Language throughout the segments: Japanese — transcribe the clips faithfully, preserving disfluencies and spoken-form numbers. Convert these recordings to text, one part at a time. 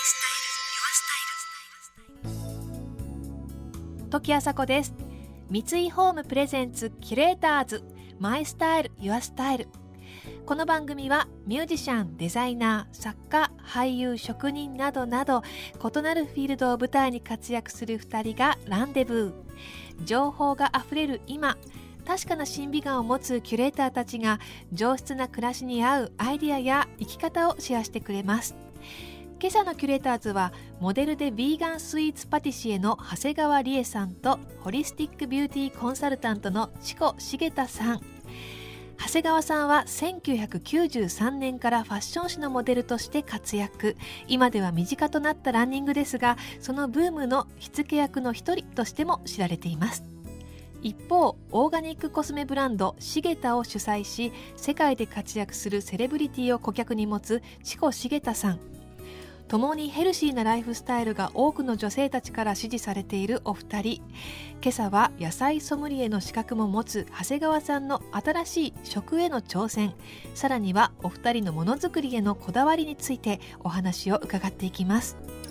時あさこです。三井ホームプレゼンツキュレーターズマイスタイルユアスタイル。この番組はミュージシャン、デザイナー、作家、俳優、職人などなど異なるフィールドを舞台に活躍するふたりがランデブー。情報があふれる今、確かな審美眼を持つキュレーターたちが上質な暮らしに合うアイデアや生き方をシェアしてくれます。今朝のキュレーターズはモデルでヴィーガンスイーツパティシエの長谷川理恵さんとホリスティックビューティーコンサルタントの知子茂太さん。長谷川さんはせんきゅうひゃくきゅうじゅうさんねんからファッション誌のモデルとして活躍。今では身近となったランニングですが、そのブームの火付け役の一人としても知られています。一方、オーガニックコスメブランドシゲタを主催し、世界で活躍するセレブリティを顧客に持つ知子茂太さん。共にヘルシーなライフスタイルが多くの女性たちから支持されているお二人。今朝は野菜ソムリエの資格も持つ長谷川さんの新しい食への挑戦、さらにはお二人のものづくりへのこだわりについてお話を伺っていきます。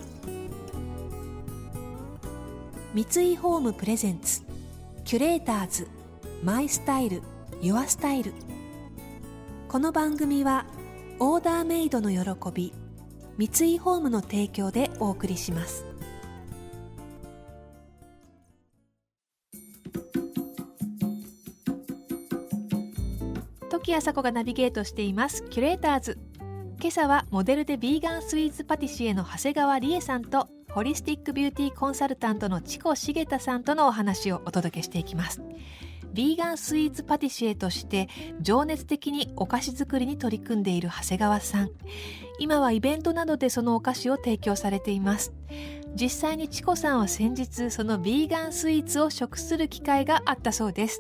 三井ホームプレゼンツキュレーターズマイスタイルユアスタイル。この番組はオーダーメイドの喜び三井ホームの提供でお送りします。時あさこがナビゲートしていますキュレーターズ。今朝はモデルでヴィーガンスイーツパティシエの長谷川理恵さんとホリスティックビューティーコンサルタントの知子茂太さんとのお話をお届けしていきます。ヴィーガンスイーツパティシエとして情熱的にお菓子作りに取り組んでいる長谷川さん。今はイベントなどでそのお菓子を提供されています。実際に知子さんは先日そのヴィーガンスイーツを食する機会があったそうです。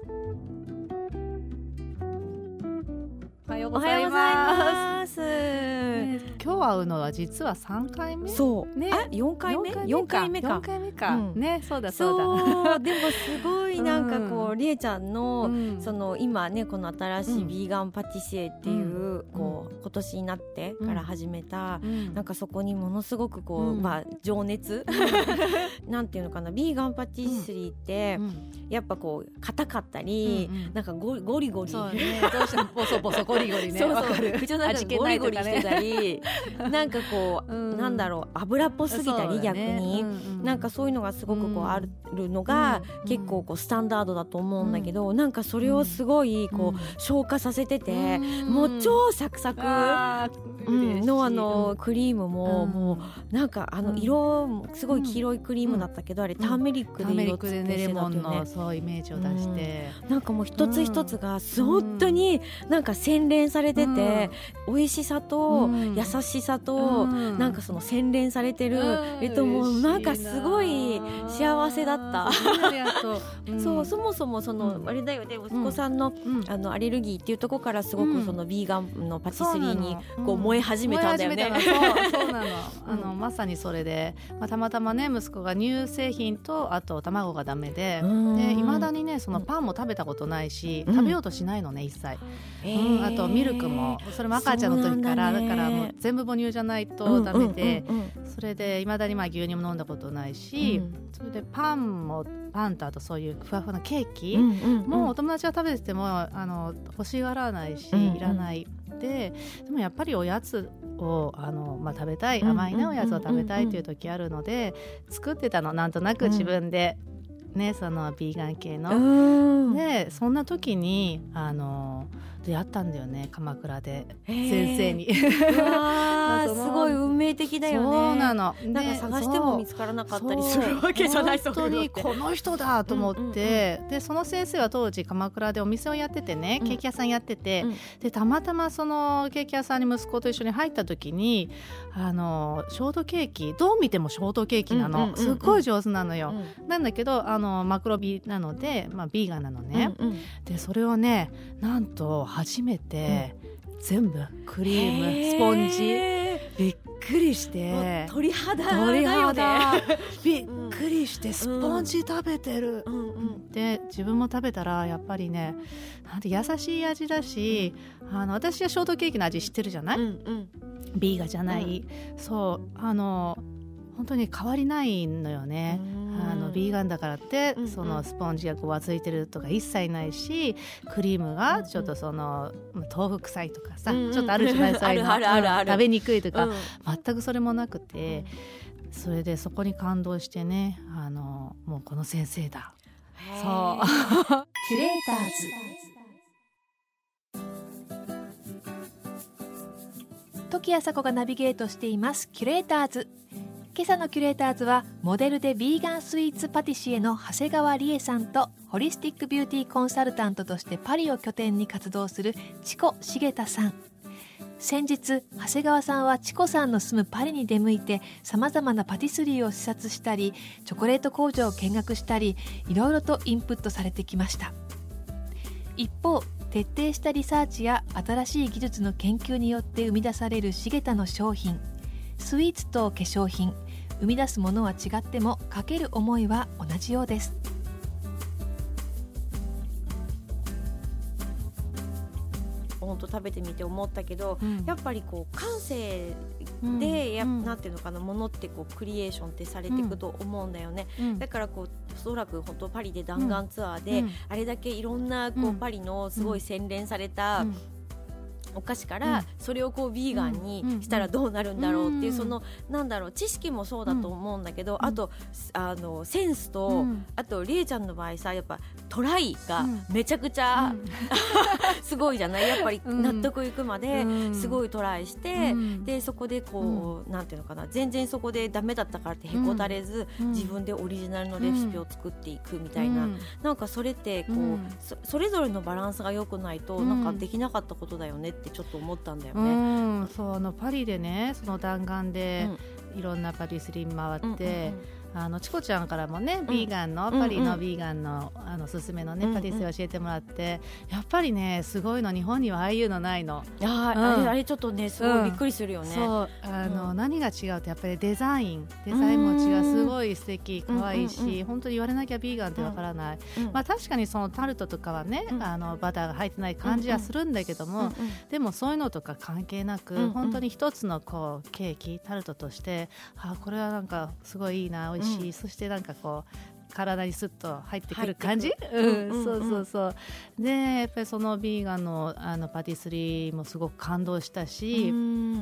おはようございます。 ね、今日会うのは実はさんかいめ。 そうね、 あよんかいめよんかいめかよんかいめか、うん、ね、そうだそうだ。 そうでもすごいなんかこう、うん、りえちゃんの、うん、その今ねこの新しいヴィーガンパティシエっていう、うん、こう今年になってから始めた、うん、なんかそこにものすごくこう、うん、まあ情熱、うん、なんていうのかな、ヴィーガンパティシリーって、うん、やっぱこう硬かったり、うんうん、なんか ゴ, ゴリゴリそう、ね、どうしてもボソボソゴリゴリね、 そうそう口の中がゴリゴリしてたりなんかこう、うん、なんだろう油っぽすぎたり、ね、逆に、うんうん、なんかそういうのがすごくこうあるのが、うん、結構こうスタンダードだと思うんだけど、うん、なんかそれをすごいこう、うん、消化させてて、うん、もう超サクサク、うん、のあのクリームも、うん、もうなんかあの色もすごい黄色いクリームだったけど、うん、あれターメリックで色つけてたよね、 レモンのそうイメージを出して、 うん、なんかもう一つ一つが本当になんか洗練されてて、うん、美味しさと優しさと、うん、なんかその洗練されてる、うん、えっともうなんかすごい幸せだった。うん、そうそもそもその、うん、あれだよね、息子さんの、うん、あのアレルギーっていうところからすごくそのヴィーガンのパティスリーにこう燃え始めたんだよね。 そうそうなのあのまさにそれで、まあ、たまたまね息子が乳製品とあと卵がダメで、いまだにねそのパンも食べたことないし、うん、食べようとしないのね一切、うん、あとミルクもそれも赤ちゃんの時から だ,、ね、だからもう全部母乳じゃないとダメで、うんうんうんうん、それでいまだにまあ牛乳も飲んだことないし、うん、それでパンもパンとあとそういうふわふわなケーキ、うんうんうん、もうお友達が食べててもあの欲しがらないし、うんうん、いらないで、でもやっぱりおやつをあの、まあ、食べたい、甘いねおやつを食べたいという時あるので、作ってたのなんとなく自分で、うんね、そのビーガン系のでそんな時にあの出会ったんだよね、鎌倉で先生に。 うわすごい運命的だよね。 そうなの、 なんか探しても見つからなかったりするわけじゃない。 本当にこの人だと思って、うんうんうん、でその先生は当時鎌倉でお店をやっててね、ケーキ屋さんやってて、うん、でたまたまそのケーキ屋さんに息子と一緒に入った時にあのショートケーキどう見てもショートケーキなの、うんうんうんうん、すっごい上手なのよ、うん、なんだけどあのマクロビなので、まあ、ビーガンなのね、うんうん、でそれをねなんと初めて、うん、全部クリームスポンジびっくりして鳥肌だよね。 びっくりしてスポンジ食べてる、うんうん、で自分も食べたらやっぱりねなんて優しい味だし、うん、あの私はショートケーキの味知ってるじゃない、うんうん、ビーガンじゃない、うん、そうあの本当に変わりないのよね。あのビーガンだからって、うんうん、そのスポンジがこうわついてるとか一切ないし、クリームがちょっとその、うんうん、豆腐臭いとかさ、うんうん、ちょっとあるじゃない、そういうの食べにくいとか、うん、全くそれもなくて、それでそこに感動してね、あのもうこの先生だ。そうキュレーターズ、時あさこがナビゲートしていますキュレーターズ。今朝のキュレーターズはモデルでビーガンスイーツパティシエの長谷川理恵さんと、ホリスティックビューティーコンサルタントとしてパリを拠点に活動するチコ茂田さん。先日長谷川さんはチコさんの住むパリに出向いて、さまざまなパティスリーを視察したり、チョコレート工場を見学したり、いろいろとインプットされてきました。一方、徹底したリサーチや新しい技術の研究によって生み出される茂田の商品、スイーツと化粧品、生み出すものは違ってもかける思いは同じようです。 本当食べてみて思ったけど、うん、やっぱりこう感性で、や、うん、なんていうのかな、ものってこうクリエーションってされていくと思うんだよね、うん、だからこうおそらく本当パリで弾丸ツアーで、うん、あれだけいろんなこうパリのすごい洗練された、うんうん、お菓子からそれをこうビーガンにしたらどうなるんだろうっていう、そのなんだろう、知識もそうだと思うんだけど、あとあのセンスと、あとりえちゃんの場合さ、やっぱトライがめちゃくちゃすごいじゃない。やっぱり納得いくまですごいトライして、でそこでこうなんていうのかな、全然そこでダメだったからってへこたれず、自分でオリジナルのレシピを作っていくみたいな、なんかそれってこう そ, それぞれのバランスが良くないとなんかできなかったことだよねってちょっと思ったんだよね。 うん、そう、あのパリでね、その弾丸でいろんなパティスリー回って、うんうんうん、あのチコちゃんからもね、ビーガンの、うん、パリのビーガンの、あのおすすめのね、うんうん、パティスリー教えてもらって、やっぱりねすごいの、日本にはああいうのないの。 あ、うん、あ, れあれちょっとねすごいびっくりするよね、 うん、そうあの、うん、何が違うってやっぱりデザインデザインも違う、すごい素敵可愛いし、うんうんうん、本当に言われなきゃビーガンってわからない、うん、まあ、確かにそのタルトとかはね、うん、あのバターが入ってない感じはするんだけども、うんうん、でもそういうのとか関係なく、うんうん、本当に一つのこうケーキタルトとして、あ、これはなんかすごいいいな、美味しい、うん、そしてなんかこう体にスッと入ってくる感じ、うんうん、そうそうそう。でやっぱりそのビーガン の, あのパティスリーもすごく感動したし、うん、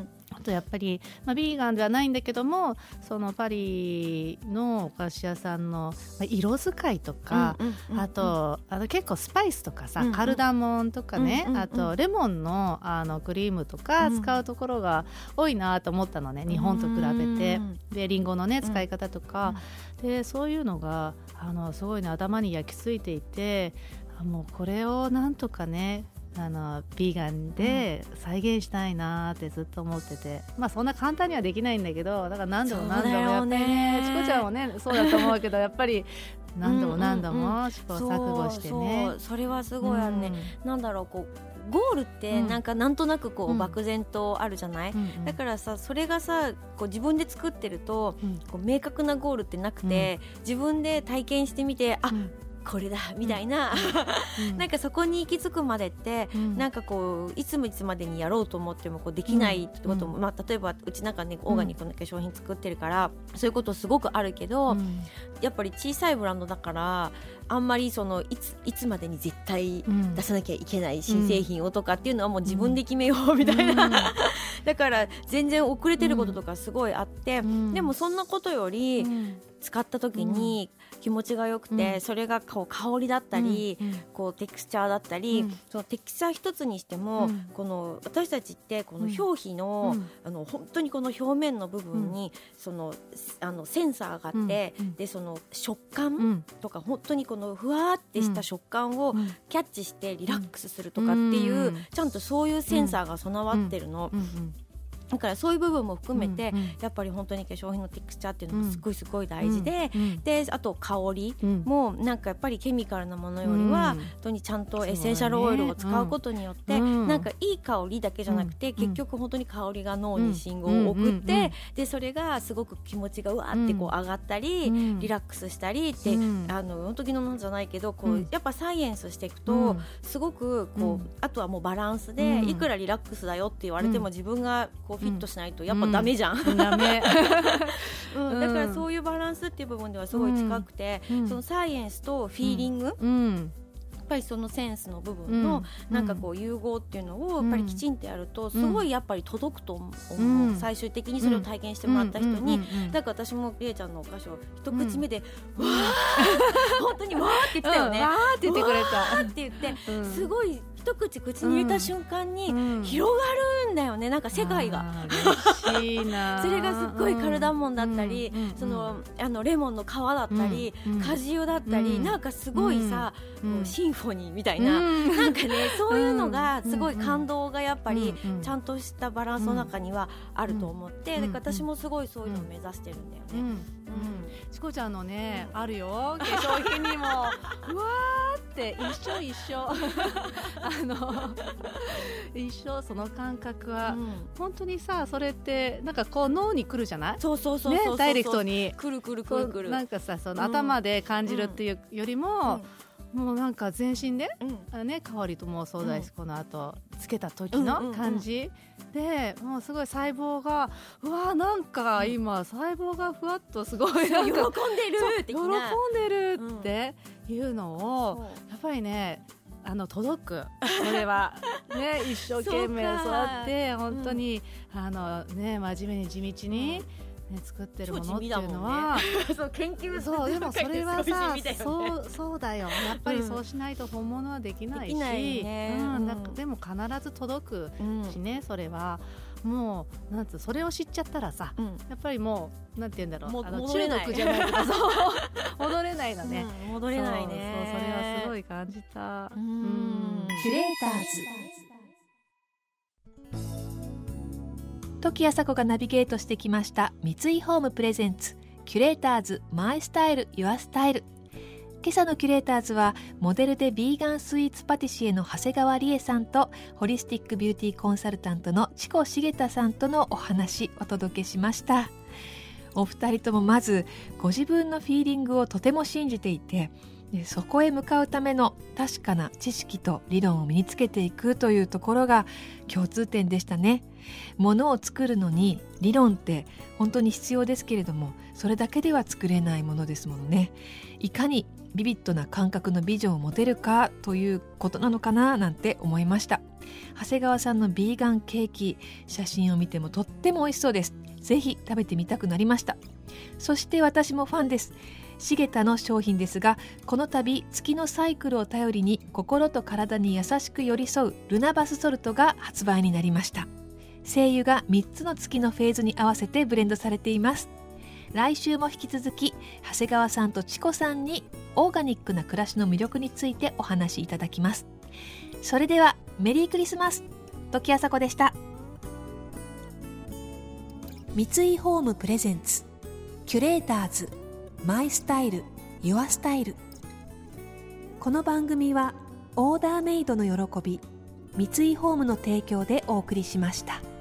あとやっぱり、まあ、ビーガンではないんだけども、そのパリのお菓子屋さんの、まあ、色使いとか、うんうんうんうん、あとあの結構スパイスとかさ、うんうん、カルダモンとかね、うんうんうん、あとレモン の, あのクリームとか使うところが多いなと思ったのね、日本と比べて。でリンゴのね使い方とか、うん、でそういうのがあのすごいね頭に焼き付いていて、もうこれをなんとかねあのビーガンで再現したいなってずっと思ってて、まあそんな簡単にはできないんだけど、だから何度も何度もやっぱりね、チコちゃんもねそうだと思うけどやっぱり何度も何度も試行錯誤してね、 うんうんうん、そう、それはすごいあるね、うん、なんだろう、こうゴールってなんかなんとなくこう漠然とあるじゃない、うん、だからさ、それがさこう自分で作ってると、うん、こう明確なゴールってなくて、うん、自分で体験してみて、あ、うん、これだみたいな、うん、なんかそこに行き着くまでって、うん、なんかこういつもいつまでにやろうと思ってもこうできないってことも、うん、まあ、例えばうちなんかねオーガニックの化粧品作ってるから、うん、そういうことすごくあるけど、うん、やっぱり小さいブランドだからあんまりそのいつ、いつまでに絶対出さなきゃいけない新製品をとかっていうのはもう自分で決めようみたいな、うん、だから全然遅れてることとかすごいあって、うん、でもそんなことより、うん、使った時に気持ちが良くて、うん、それがこう香りだったり、うん、こうテクスチャーだったり、うん、そのテクスチャー一つにしても、うん、この私たちってこの表皮の、うん、あの本当にこの表面の部分に、うん、そのあのセンサーがあって、うん、でその食感とか、うん、本当にこのふわってした食感をキャッチしてリラックスするとかっていう、うん、ちゃんとそういうセンサーが備わってるの、うんうんうん、だからそういう部分も含めて、うんうん、やっぱり本当に化粧品のテクスチャーっていうのがすごいすごい大事で、うんうん、であと香りもなんかやっぱりケミカルなものよりは、うん、本当にちゃんとエッセンシャルオイルを使うことによって、うん、なんかいい香りだけじゃなくて、うん、結局本当に香りが脳に信号を送って、うん、でそれがすごく気持ちがうわってこう上がったり、うん、リラックスしたりって、うん、あのの時のものじゃないけどこう、うん、やっぱサイエンスしていくと、うん、すごくこう、うん、あとはもうバランスで、うん、いくらリラックスだよって言われても、うん、自分がこうフィットしないとやっぱダメじゃん、 うん、ダメ、 うん、だからそういうバランスっていう部分ではすごい近くて、うん、そのサイエンスとフィーリング、うんうんやっぱりそのセンスの部分のなんかこう融合っていうのをやっぱりきちんとやるとすごいやっぱり届くと思う、うん、最終的にそれを体験してもらった人にだから私もりえちゃんのお菓子を一口目で、うん、わー本当にわーって言ってたよね、 うん、わーって言ってくれたわーって言って、うん、すごい一口口に入れた瞬間に広がるんだよね、なんか世界が、 うん、嬉しいなそれがすっごいカルダモンだったり、うん、そのあのレモンの皮だったり、うん、果汁だったり、うん、なんかすごいさ、うん、シンフォニーみたいな、うん、なんかねそういうのがすごい感動がやっぱりちゃんとしたバランスの中にはあると思って、うん、私もすごいそういうのを目指してるんだよね、うんうんチコちゃんのねあるよ化粧品にもうわーって一緒一緒あの一緒その感覚は、うん、本当にさそれってなんかこう脳に来るじゃないそうそうそうそうそう、 ね、ダイレクトに来る来る来る来るなんかさその頭で感じるっていうよりも、うんうんもうなんか全身で、うんあのね、香りともそうだし、うん、この後つけた時の感じ、うんうんうん、でもうすごい細胞がうわーなんか今細胞がふわっとすごいなんか喜んでる喜んでるっていうのを、うん、やっぱりねあの届くこれはね一生懸命そうやって本当に、うん、あのね真面目に地道に、うんね、作ってるものっていうのは、 ね、そう研究そうでもそれはさ、ね、そうそうだよやっぱりそうしないと本物はできないし、うんできないねうん、だでも必ず届くしね、うん、それはもうなんつうそれを知っちゃったらさ、うん、やっぱりもうなんて言うんだろうあの中毒じゃないけどそう戻れないのね、 うん、戻れないねそうそうそれはすごい感じたうんうんキュレーターズ時あさこがナビゲートしてきました三井ホームプレゼンツキュレーターズマイスタイルユアスタイル。今朝のキュレーターズはモデルでビーガンスイーツパティシエの長谷川理恵さんとホリスティックビューティーコンサルタントの知子茂太さんとのお話お届けしました。お二人ともまずご自分のフィーリングをとても信じていてでそこへ向かうための確かな知識と理論を身につけていくというところが共通点でしたね。ものを作るのに理論って本当に必要ですけれどもそれだけでは作れないものですものね。いかにビビッドな感覚のビジョンを持てるかということなのかななんて思いました。長谷川さんのビーガンケーキ写真を見てもとっても美味しそうです。ぜひ食べてみたくなりました。そして私もファンです。茂田の商品ですがこの度月のサイクルを頼りに心と体に優しく寄り添うルナバスソルトが発売になりました。精油がみっつの月のフェーズに合わせてブレンドされています。来週も引き続き長谷川さんと知子さんにオーガニックな暮らしの魅力についてお話しいただきます。それではメリークリスマス。時あさこでした。三井ホームプレゼンツキュレーターズマイスタイルユアスタイル。この番組はオーダーメイドの喜び三井ホームの提供でお送りしました。